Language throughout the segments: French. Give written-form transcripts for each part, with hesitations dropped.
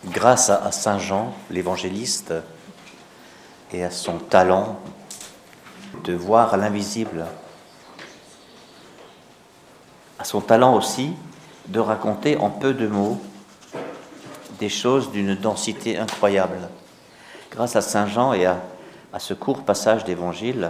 grâce à Saint Jean, l'évangéliste, et à son talent de voir l'invisible, à son talent aussi de raconter en peu de mots des choses d'une densité incroyable. Grâce à Saint Jean et à ce court passage d'évangile,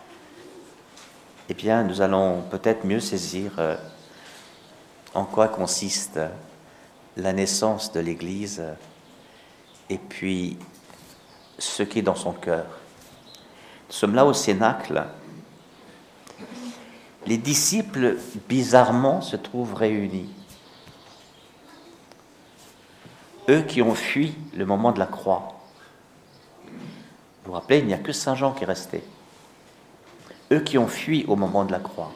eh bien, nous allons peut-être mieux saisir en quoi consiste la naissance de l'Église et puis ce qui est dans son cœur. Nous sommes là au Cénacle. Les disciples, bizarrement, se trouvent réunis. Eux qui ont fui le moment de la croix. Vous vous rappelez, il n'y a que Saint Jean qui est resté. Eux qui ont fui au moment de la croix.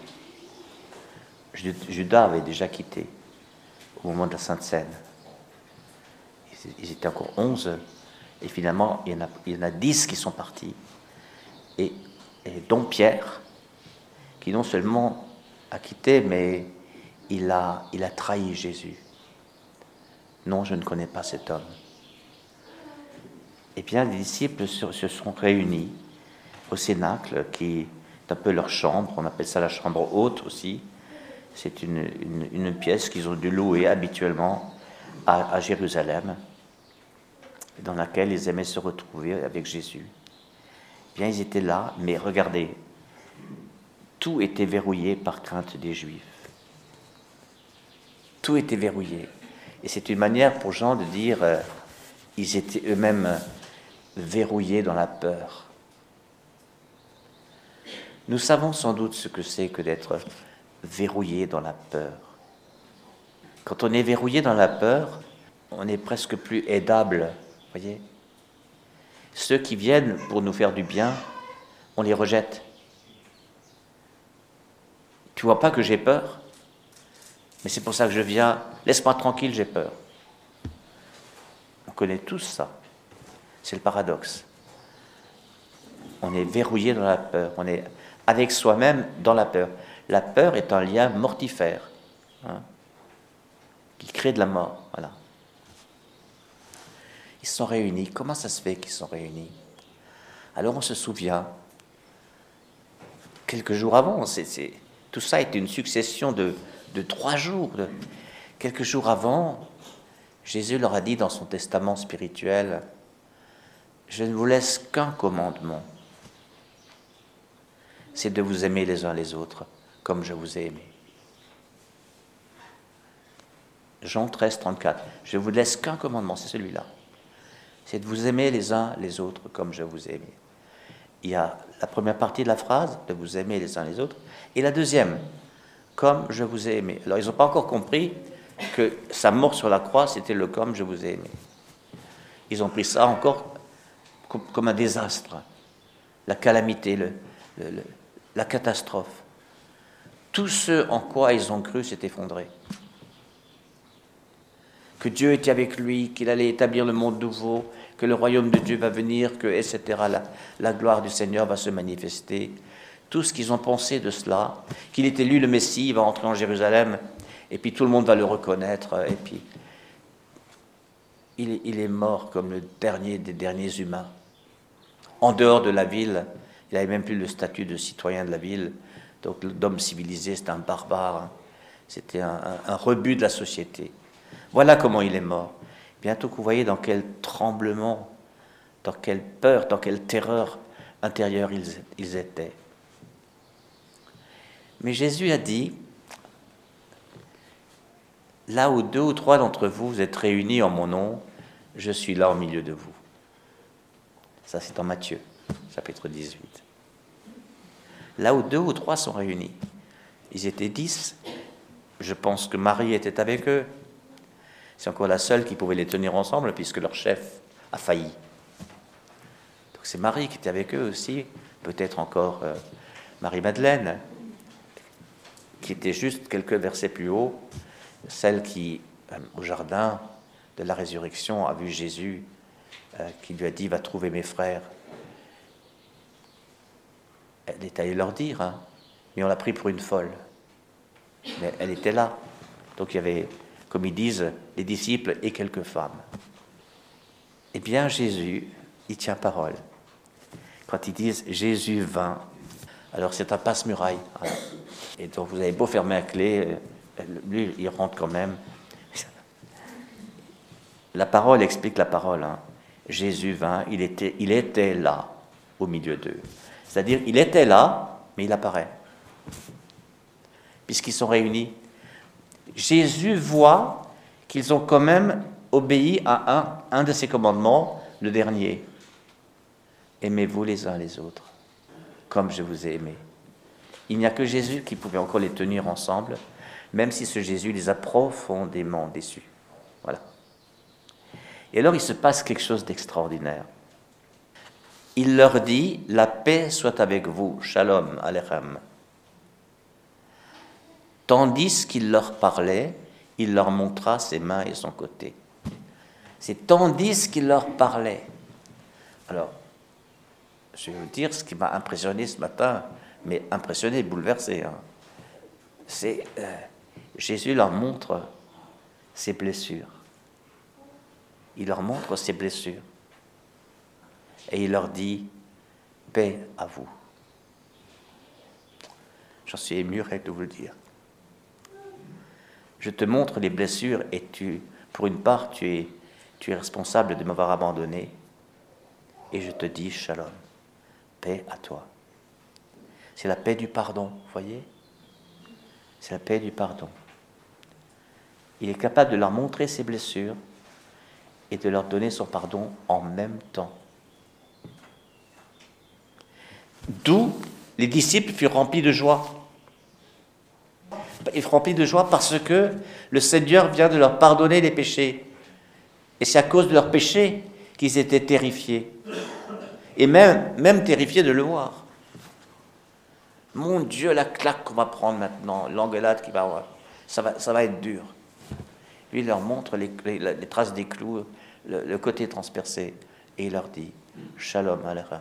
Judas avait déjà quitté au moment de la Sainte Seine. Ils étaient encore 11, et finalement, il y en a 10 qui sont partis. Et dont Pierre, qui non seulement a quitté, mais il a trahi Jésus. Non, je ne connais pas cet homme. Eh bien, les disciples se sont réunis au Cénacle, qui est un peu leur chambre, on appelle ça la chambre haute aussi. C'est une pièce qu'ils ont dû louer habituellement à Jérusalem, dans laquelle ils aimaient se retrouver avec Jésus. Eh bien, ils étaient là, mais regardez, tout était verrouillé par crainte des Juifs. Tout était verrouillé. Et c'est une manière pour Jean de dire, ils étaient eux-mêmes verrouillés dans la peur. Nous savons sans doute ce que c'est que d'être verrouillé dans la peur. Quand on est verrouillé dans la peur, on est presque plus aidable, voyez. Ceux qui viennent pour nous faire du bien, on les rejette. Tu vois pas que j'ai peur? Mais c'est pour ça que je viens. Laisse-moi tranquille, j'ai peur. On connaît tous ça. C'est le paradoxe. On est verrouillé dans la peur. On est avec soi-même dans la peur. La peur est un lien mortifère, qui crée de la mort. Voilà. Ils sont réunis. Comment ça se fait qu'ils sont réunis? Alors on se souvient, quelques jours avant, tout ça est une succession de 3 jours. Quelques jours avant, Jésus leur a dit dans son testament spirituel, « Je ne vous laisse qu'un commandement, c'est de vous aimer les uns les autres, comme je vous ai aimé. » Jean 13, 34. « Je vous laisse qu'un commandement, c'est celui-là. C'est de vous aimer les uns les autres, comme je vous ai aimé. » Il y a la première partie de la phrase, de vous aimer les uns les autres, et la deuxième, comme je vous ai aimé. Alors, ils n'ont pas encore compris que sa mort sur la croix, c'était le comme je vous ai aimé. Ils ont pris ça encore comme un désastre, la calamité, la catastrophe. Tout ce en quoi ils ont cru s'est effondré. Que Dieu était avec lui, qu'il allait établir le monde nouveau, que le royaume de Dieu va venir, que, etc., la gloire du Seigneur va se manifester. Tout ce qu'ils ont pensé de cela, qu'il était lui le Messie, il va entrer en Jérusalem, et puis tout le monde va le reconnaître, et puis il est mort comme le dernier des derniers humains. En dehors de la ville, il n'avait même plus le statut de citoyen de la ville, donc l'homme civilisé, c'était un barbare, c'était un rebut de la société. Voilà comment il est mort. Bientôt que vous voyez dans quel tremblement, dans quelle peur, dans quelle terreur intérieure ils étaient. Mais Jésus a dit, là où 2 ou 3 d'entre vous, vous êtes réunis en mon nom, je suis là au milieu de vous. Ça, c'est en Matthieu, chapitre 18. Là où 2 ou 3 sont réunis. Ils étaient 10. Je pense que Marie était avec eux. C'est encore la seule qui pouvait les tenir ensemble, puisque leur chef a failli. Donc c'est Marie qui était avec eux aussi, peut-être encore Marie-Madeleine, qui était juste quelques versets plus haut, celle qui, au jardin de la résurrection, a vu Jésus, qui lui a dit « Va trouver mes frères ». Elle est allée leur dire, mais on l'a pris pour une folle. Mais elle était là. Donc il y avait, comme ils disent, les disciples et quelques femmes. Eh bien, Jésus, il tient parole. Quand ils disent Jésus vint, alors c'est un passe-muraille. Hein. Et donc vous avez beau fermer la clé, lui, il rentre quand même. La parole explique la parole. Hein. Jésus vint, il était là, au milieu d'eux. C'est-à-dire, il était là, mais il apparaît. Puisqu'ils sont réunis. Jésus voit qu'ils ont quand même obéi à un de ses commandements, le dernier. Aimez-vous les uns les autres, comme je vous ai aimé. Il n'y a que Jésus qui pouvait encore les tenir ensemble, même si ce Jésus les a profondément déçus. Voilà. Et alors il se passe quelque chose d'extraordinaire. Il leur dit, la paix soit avec vous, shalom aleichem. Tandis qu'il leur parlait, il leur montra ses mains et son côté. C'est tandis qu'il leur parlait. Alors, je vais vous dire ce qui m'a impressionné ce matin, mais impressionné, bouleversé. Hein. C'est Jésus leur montre ses blessures. Il leur montre ses blessures. Et il leur dit, paix à vous. J'en suis ému rien que de vous le dire. Je te montre les blessures et pour une part, tu es responsable de m'avoir abandonné. Et je te dis, shalom, paix à toi. C'est la paix du pardon, vous voyez? C'est la paix du pardon. Il est capable de leur montrer ses blessures et de leur donner son pardon en même temps. D'où les disciples furent remplis de joie. Ils furent remplis de joie parce que le Seigneur vient de leur pardonner les péchés. Et c'est à cause de leurs péchés qu'ils étaient terrifiés. Et même terrifiés de le voir. Mon Dieu, la claque qu'on va prendre maintenant, l'engueulade qui va avoir, ça va être dur. Lui, il leur montre les traces des clous, le côté transpercé, et il leur dit, shalom aleichem.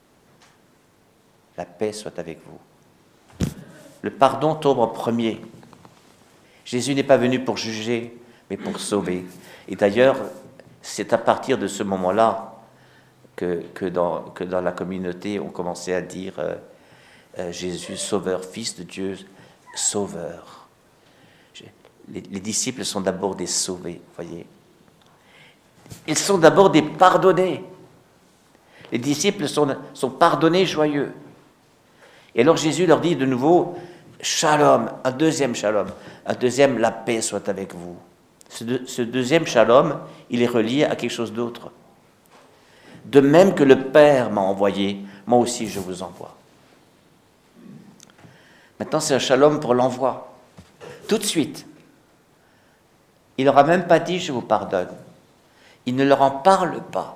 La paix soit avec vous. Le pardon tombe en premier. Jésus n'est pas venu pour juger, mais pour sauver. Et d'ailleurs, c'est à partir de ce moment-là que dans la communauté, on commençait à dire Jésus, sauveur, fils de Dieu, sauveur. Les disciples sont d'abord des sauvés, vous voyez. Ils sont d'abord des pardonnés. Les disciples sont pardonnés, joyeux. Et alors Jésus leur dit de nouveau, shalom, un deuxième shalom, un deuxième, la paix soit avec vous. Ce deuxième shalom, il est relié à quelque chose d'autre. De même que le Père m'a envoyé, moi aussi je vous envoie. Maintenant c'est un shalom pour l'envoi. Tout de suite. Il leur a même pas dit je vous pardonne. Il ne leur en parle pas.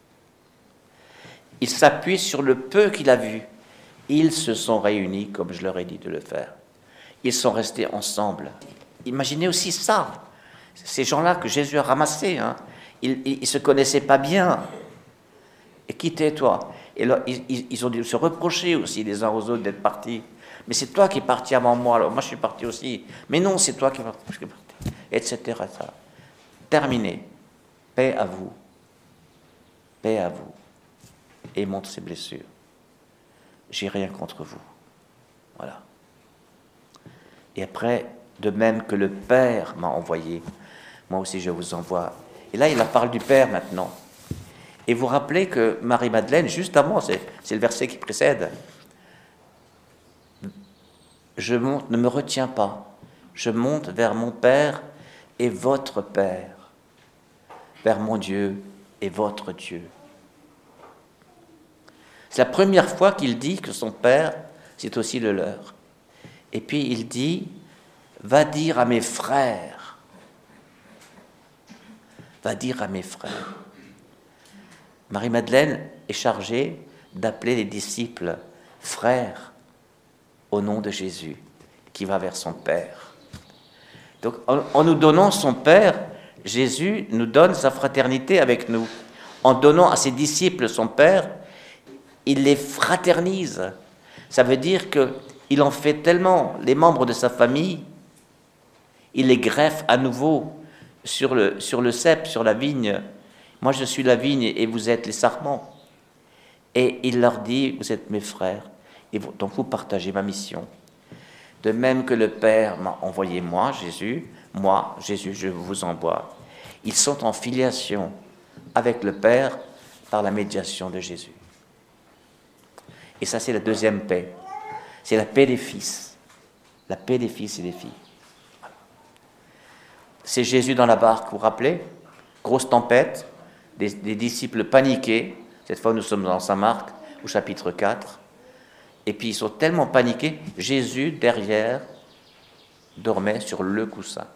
Il s'appuie sur le peu qu'il a vu. Ils se sont réunis comme je leur ai dit de le faire. Ils sont restés ensemble. Imaginez aussi ça. Ces gens-là que Jésus a ramassés, hein, ils ne se connaissaient pas bien. Et qui tais-toi? Et là, ils ont dû se reprocher aussi les uns aux autres d'être partis. Mais c'est toi qui es parti avant moi, alors moi je suis parti aussi. Mais non, c'est toi qui es parti, etc. Terminé. Paix à vous. Paix à vous. Et montre ses blessures. J'ai rien contre vous. Voilà. Et après, de même que le Père m'a envoyé, moi aussi je vous envoie. Et là, il leur parle du Père maintenant. Et vous rappelez que Marie-Madeleine, juste avant, c'est le verset qui précède, je monte, ne me retiens pas, je monte vers mon Père et votre Père, vers mon Dieu et votre Dieu. C'est la première fois qu'il dit que son Père, c'est aussi le leur. Et puis il dit, va dire à mes frères, va dire à mes frères. Marie-Madeleine est chargée d'appeler les disciples frères au nom de Jésus, qui va vers son Père. Donc en nous donnant son Père, Jésus nous donne sa fraternité avec nous. En donnant à ses disciples son Père, il les fraternise. Ça veut dire qu'il en fait tellement les membres de sa famille, il les greffe à nouveau sur le cep, sur la vigne. Moi, je suis la vigne et vous êtes les sarments. Et il leur dit, vous êtes mes frères, et donc vous partagez ma mission. De même que le Père m'a envoyé moi, Jésus, je vous envoie. Ils sont en filiation avec le Père par la médiation de Jésus. Et ça, c'est la deuxième paix. C'est la paix des fils. La paix des fils et des filles. Voilà. C'est Jésus dans la barque, vous vous rappelez? Grosse tempête, des disciples paniqués. Cette fois, nous sommes dans Saint Marc, au chapitre 4. Et puis, ils sont tellement paniqués, Jésus, derrière, dormait sur le coussin,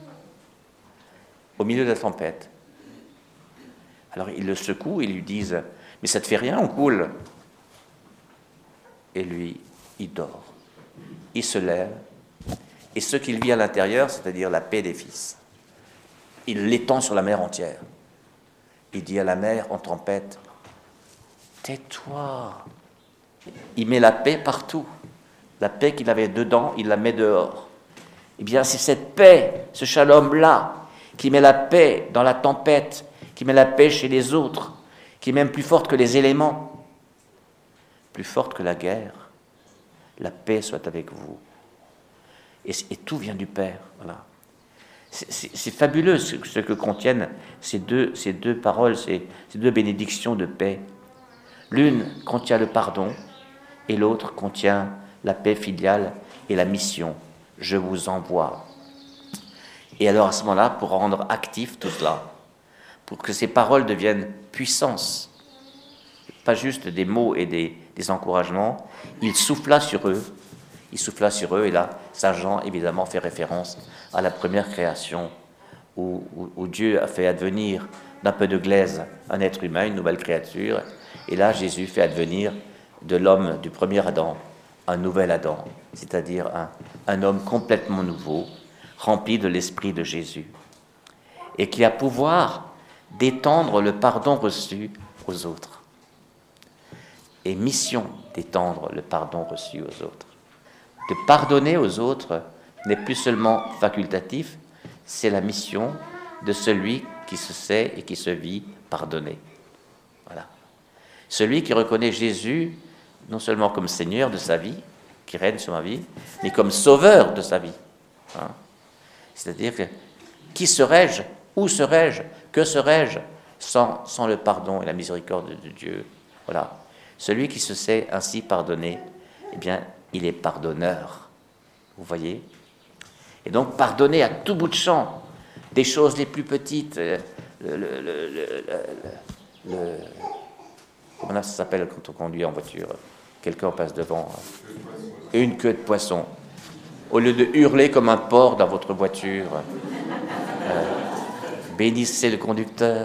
au milieu de la tempête. Alors, ils le secouent et lui disent, mais ça ne te fait rien, on coule. Et lui, il dort. Il se lève. Et ce qu'il vit à l'intérieur, c'est-à-dire la paix des fils, il l'étend sur la mer entière. Il dit à la mer en tempête, tais-toi. Il met la paix partout. La paix qu'il avait dedans, il la met dehors. Eh bien, c'est cette paix, ce shalom-là, qui met la paix dans la tempête, qui met la paix chez les autres, qui est même plus forte que les éléments, plus forte que la guerre. La paix soit avec vous. Et tout vient du Père. Voilà. C'est fabuleux ce que contiennent ces deux paroles, ces deux bénédictions de paix. L'une contient le pardon et l'autre contient la paix filiale et la mission. Je vous envoie. Et alors à ce moment-là, pour rendre actif tout cela, pour que ces paroles deviennent puissance, pas juste des mots et des encouragements, il souffla sur eux. Il souffla sur eux, et là, Saint Jean, évidemment, fait référence à la première création, où Dieu a fait advenir d'un peu de glaise un être humain, une nouvelle créature, et là, Jésus fait advenir de l'homme du premier Adam un nouvel Adam, c'est-à-dire un homme complètement nouveau, rempli de l'esprit de Jésus, et qui a pouvoir d'étendre le pardon reçu aux autres. Et mission d'étendre le pardon reçu aux autres. De pardonner aux autres n'est plus seulement facultatif, c'est la mission de celui qui se sait et qui se vit pardonné. Voilà. Celui qui reconnaît Jésus non seulement comme Seigneur de sa vie, qui règne sur ma vie, mais comme Sauveur de sa vie. Hein? C'est-à-dire que qui serais-je, où serais-je, que serais-je sans le pardon et la miséricorde de Dieu? Voilà. Celui qui se sait ainsi pardonné, eh bien, il est pardonneur. Vous voyez? Et donc, pardonner à tout bout de champ, des choses les plus petites, comment ça s'appelle quand on conduit en voiture? Quelqu'un passe devant. Une queue de poisson. Au lieu de hurler comme un porc dans votre voiture, bénissez le conducteur.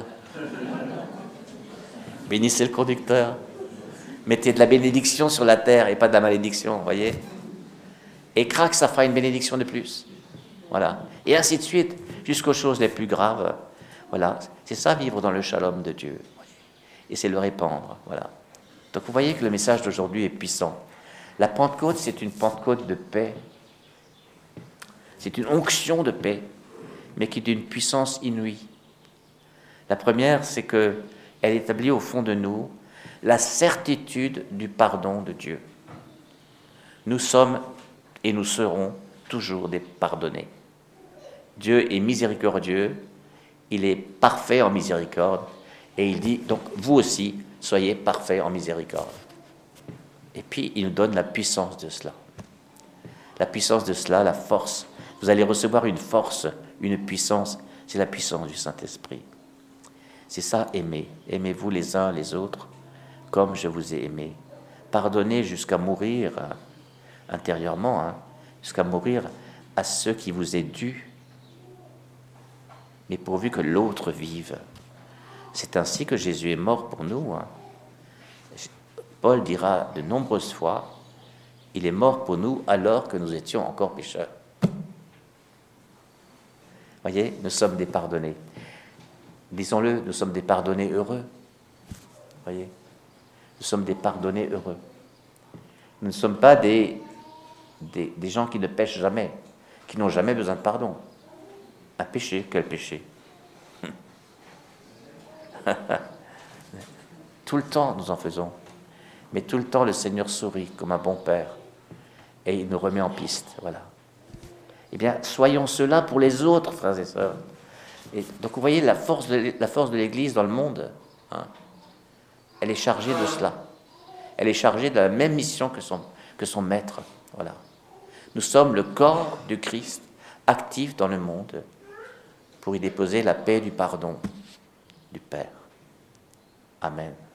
Bénissez le conducteur. Mettez de la bénédiction sur la terre et pas de la malédiction, vous voyez? Et crac, ça fera une bénédiction de plus. Voilà. Et ainsi de suite, jusqu'aux choses les plus graves. Voilà. C'est ça, vivre dans le shalom de Dieu. Et c'est le répandre. Voilà. Donc vous voyez que le message d'aujourd'hui est puissant. La Pentecôte, c'est une Pentecôte de paix. C'est une onction de paix, mais qui est d'une puissance inouïe. La première, c'est qu'elle établit au fond de nous la certitude du pardon de Dieu. Nous sommes et nous serons toujours des pardonnés. Dieu est miséricordieux, il est parfait en miséricorde, et il dit, donc vous aussi, soyez parfaits en miséricorde. Et puis, il nous donne la puissance de cela. La puissance de cela, la force. Vous allez recevoir une force, une puissance, c'est la puissance du Saint-Esprit. C'est ça, aimer. Aimez-vous les uns les autres comme je vous ai aimé. Pardonnez jusqu'à mourir intérieurement, hein, jusqu'à mourir à ce qui vous est dû, mais pourvu que l'autre vive. C'est ainsi que Jésus est mort pour nous. Hein. Paul dira de nombreuses fois, il est mort pour nous alors que nous étions encore pécheurs. Voyez, nous sommes des pardonnés. Disons-le, nous sommes des pardonnés heureux. Voyez, nous sommes des pardonnés heureux. Nous ne sommes pas des gens qui ne pêchent jamais, qui n'ont jamais besoin de pardon. Un péché, quel péché? Tout le temps, nous en faisons. Mais tout le temps, le Seigneur sourit comme un bon père. Et il nous remet en piste. Voilà. Eh bien, soyons cela pour les autres, frères et sœurs. Et donc, vous voyez la force de l'Église dans le monde. Hein, elle est chargée de cela. Elle est chargée de la même mission que son maître. Voilà. Nous sommes le corps du Christ, actif dans le monde, pour y déposer la paix du pardon du Père. Amen.